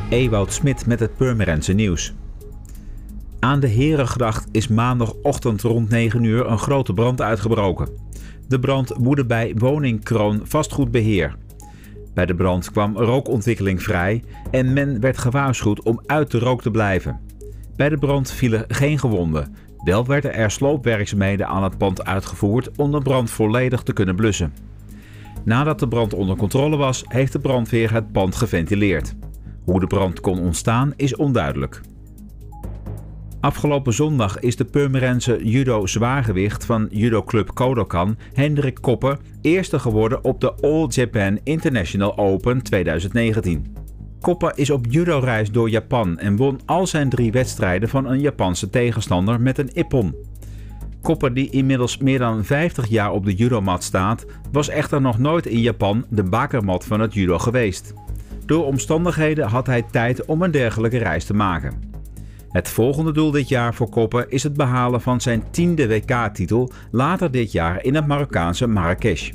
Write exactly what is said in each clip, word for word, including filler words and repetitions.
Ewout Smit met het Purmerendse nieuws. Aan de Herengracht is maandagochtend rond negen uur een grote brand uitgebroken. De brand woedde bij woning Kroon Vastgoedbeheer. Bij de brand kwam rookontwikkeling vrij en men werd gewaarschuwd om uit de rook te blijven. Bij de brand vielen geen gewonden. Wel werden er sloopwerkzaamheden aan het pand uitgevoerd om de brand volledig te kunnen blussen. Nadat de brand onder controle was, heeft de brandweer het pand geventileerd. Hoe de brand kon ontstaan is onduidelijk. Afgelopen zondag is de Purmerendse judo-zwaargewicht van judoclub Kodokan, Hendrik Koppe, eerste geworden op de All Japan International Open twintig negentien. Koppe is op judoreis door Japan en won al zijn drie wedstrijden van een Japanse tegenstander met een ippon. Koppe, die inmiddels meer dan vijftig jaar op de judomat staat, was echter nog nooit in Japan de bakermat van het judo geweest. Door omstandigheden had hij tijd om een dergelijke reis te maken. Het volgende doel dit jaar voor Koppe is het behalen van zijn tiende W K-titel later dit jaar in het Marokkaanse Marrakesh.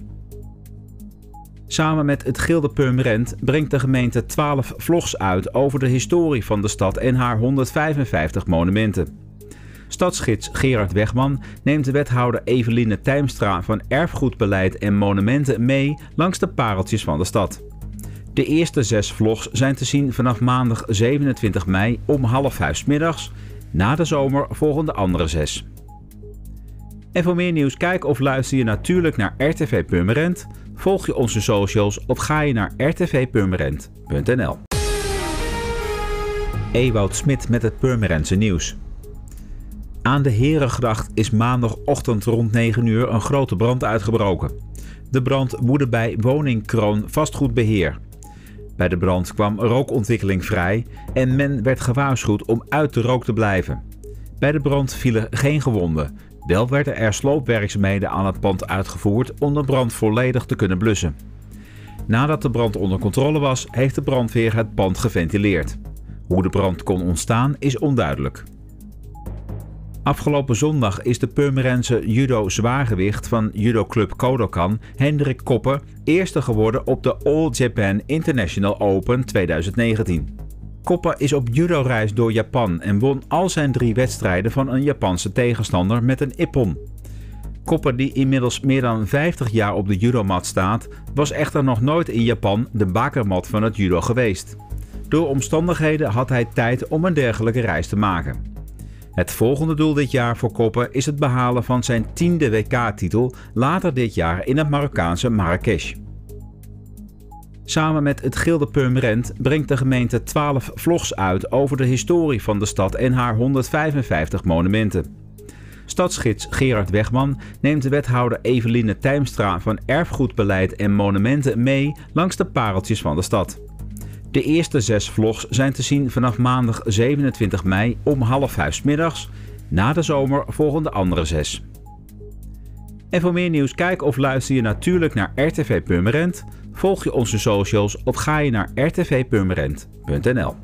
Samen met het Gilde Purmerend brengt de gemeente twaalf vlogs uit over de historie van de stad en haar honderdvijfenvijftig monumenten. Stadsgids Gerard Wegman neemt de wethouder Eveline Tijmstra van Erfgoedbeleid en Monumenten mee langs de pareltjes van de stad. De eerste zes vlogs zijn te zien vanaf maandag zevenentwintig mei om half vijf 's middags. Na de zomer volgen de andere zes. En voor meer nieuws kijk of luister je natuurlijk naar R T V Purmerend. Volg je onze socials of ga je naar r t v purmerend punt n l. Ewout Smit met het Purmerendse nieuws. Aan de Herengracht is maandagochtend rond negen uur een grote brand uitgebroken. De brand woedde bij woning Kroon Vastgoedbeheer. Bij de brand kwam rookontwikkeling vrij en men werd gewaarschuwd om uit de rook te blijven. Bij de brand vielen geen gewonden. Wel werden er sloopwerkzaamheden aan het pand uitgevoerd om de brand volledig te kunnen blussen. Nadat de brand onder controle was, heeft de brandweer het pand geventileerd. Hoe de brand kon ontstaan is onduidelijk. Afgelopen zondag is de Purmerendse judo-zwaargewicht van judoclub Kodokan, Hendrik Koppe, eerste geworden op de All Japan International Open twintig negentien. Koppe is op judoreis door Japan en won al zijn drie wedstrijden van een Japanse tegenstander met een ippon. Koppe, die inmiddels meer dan vijftig jaar op de judomat staat, was echter nog nooit in Japan de bakermat van het judo geweest. Door omstandigheden had hij tijd om een dergelijke reis te maken. Het volgende doel dit jaar voor Koppe is het behalen van zijn tiende W K-titel later dit jaar in het Marokkaanse Marrakesh. Samen met het Gilde Purmerend brengt de gemeente twaalf vlogs uit over de historie van de stad en haar honderdvijfenvijftig monumenten. Stadsgids Gerard Wegman neemt de wethouder Eveline Tijmstra van Erfgoedbeleid en Monumenten mee langs de pareltjes van de stad. De eerste zes vlogs zijn te zien vanaf maandag zevenentwintig mei om half vijf 's middags. Na de zomer volgen de andere zes. En voor meer nieuws kijk of luister je natuurlijk naar R T V Purmerend. Volg je onze socials of ga je naar r t v purmerend punt n l.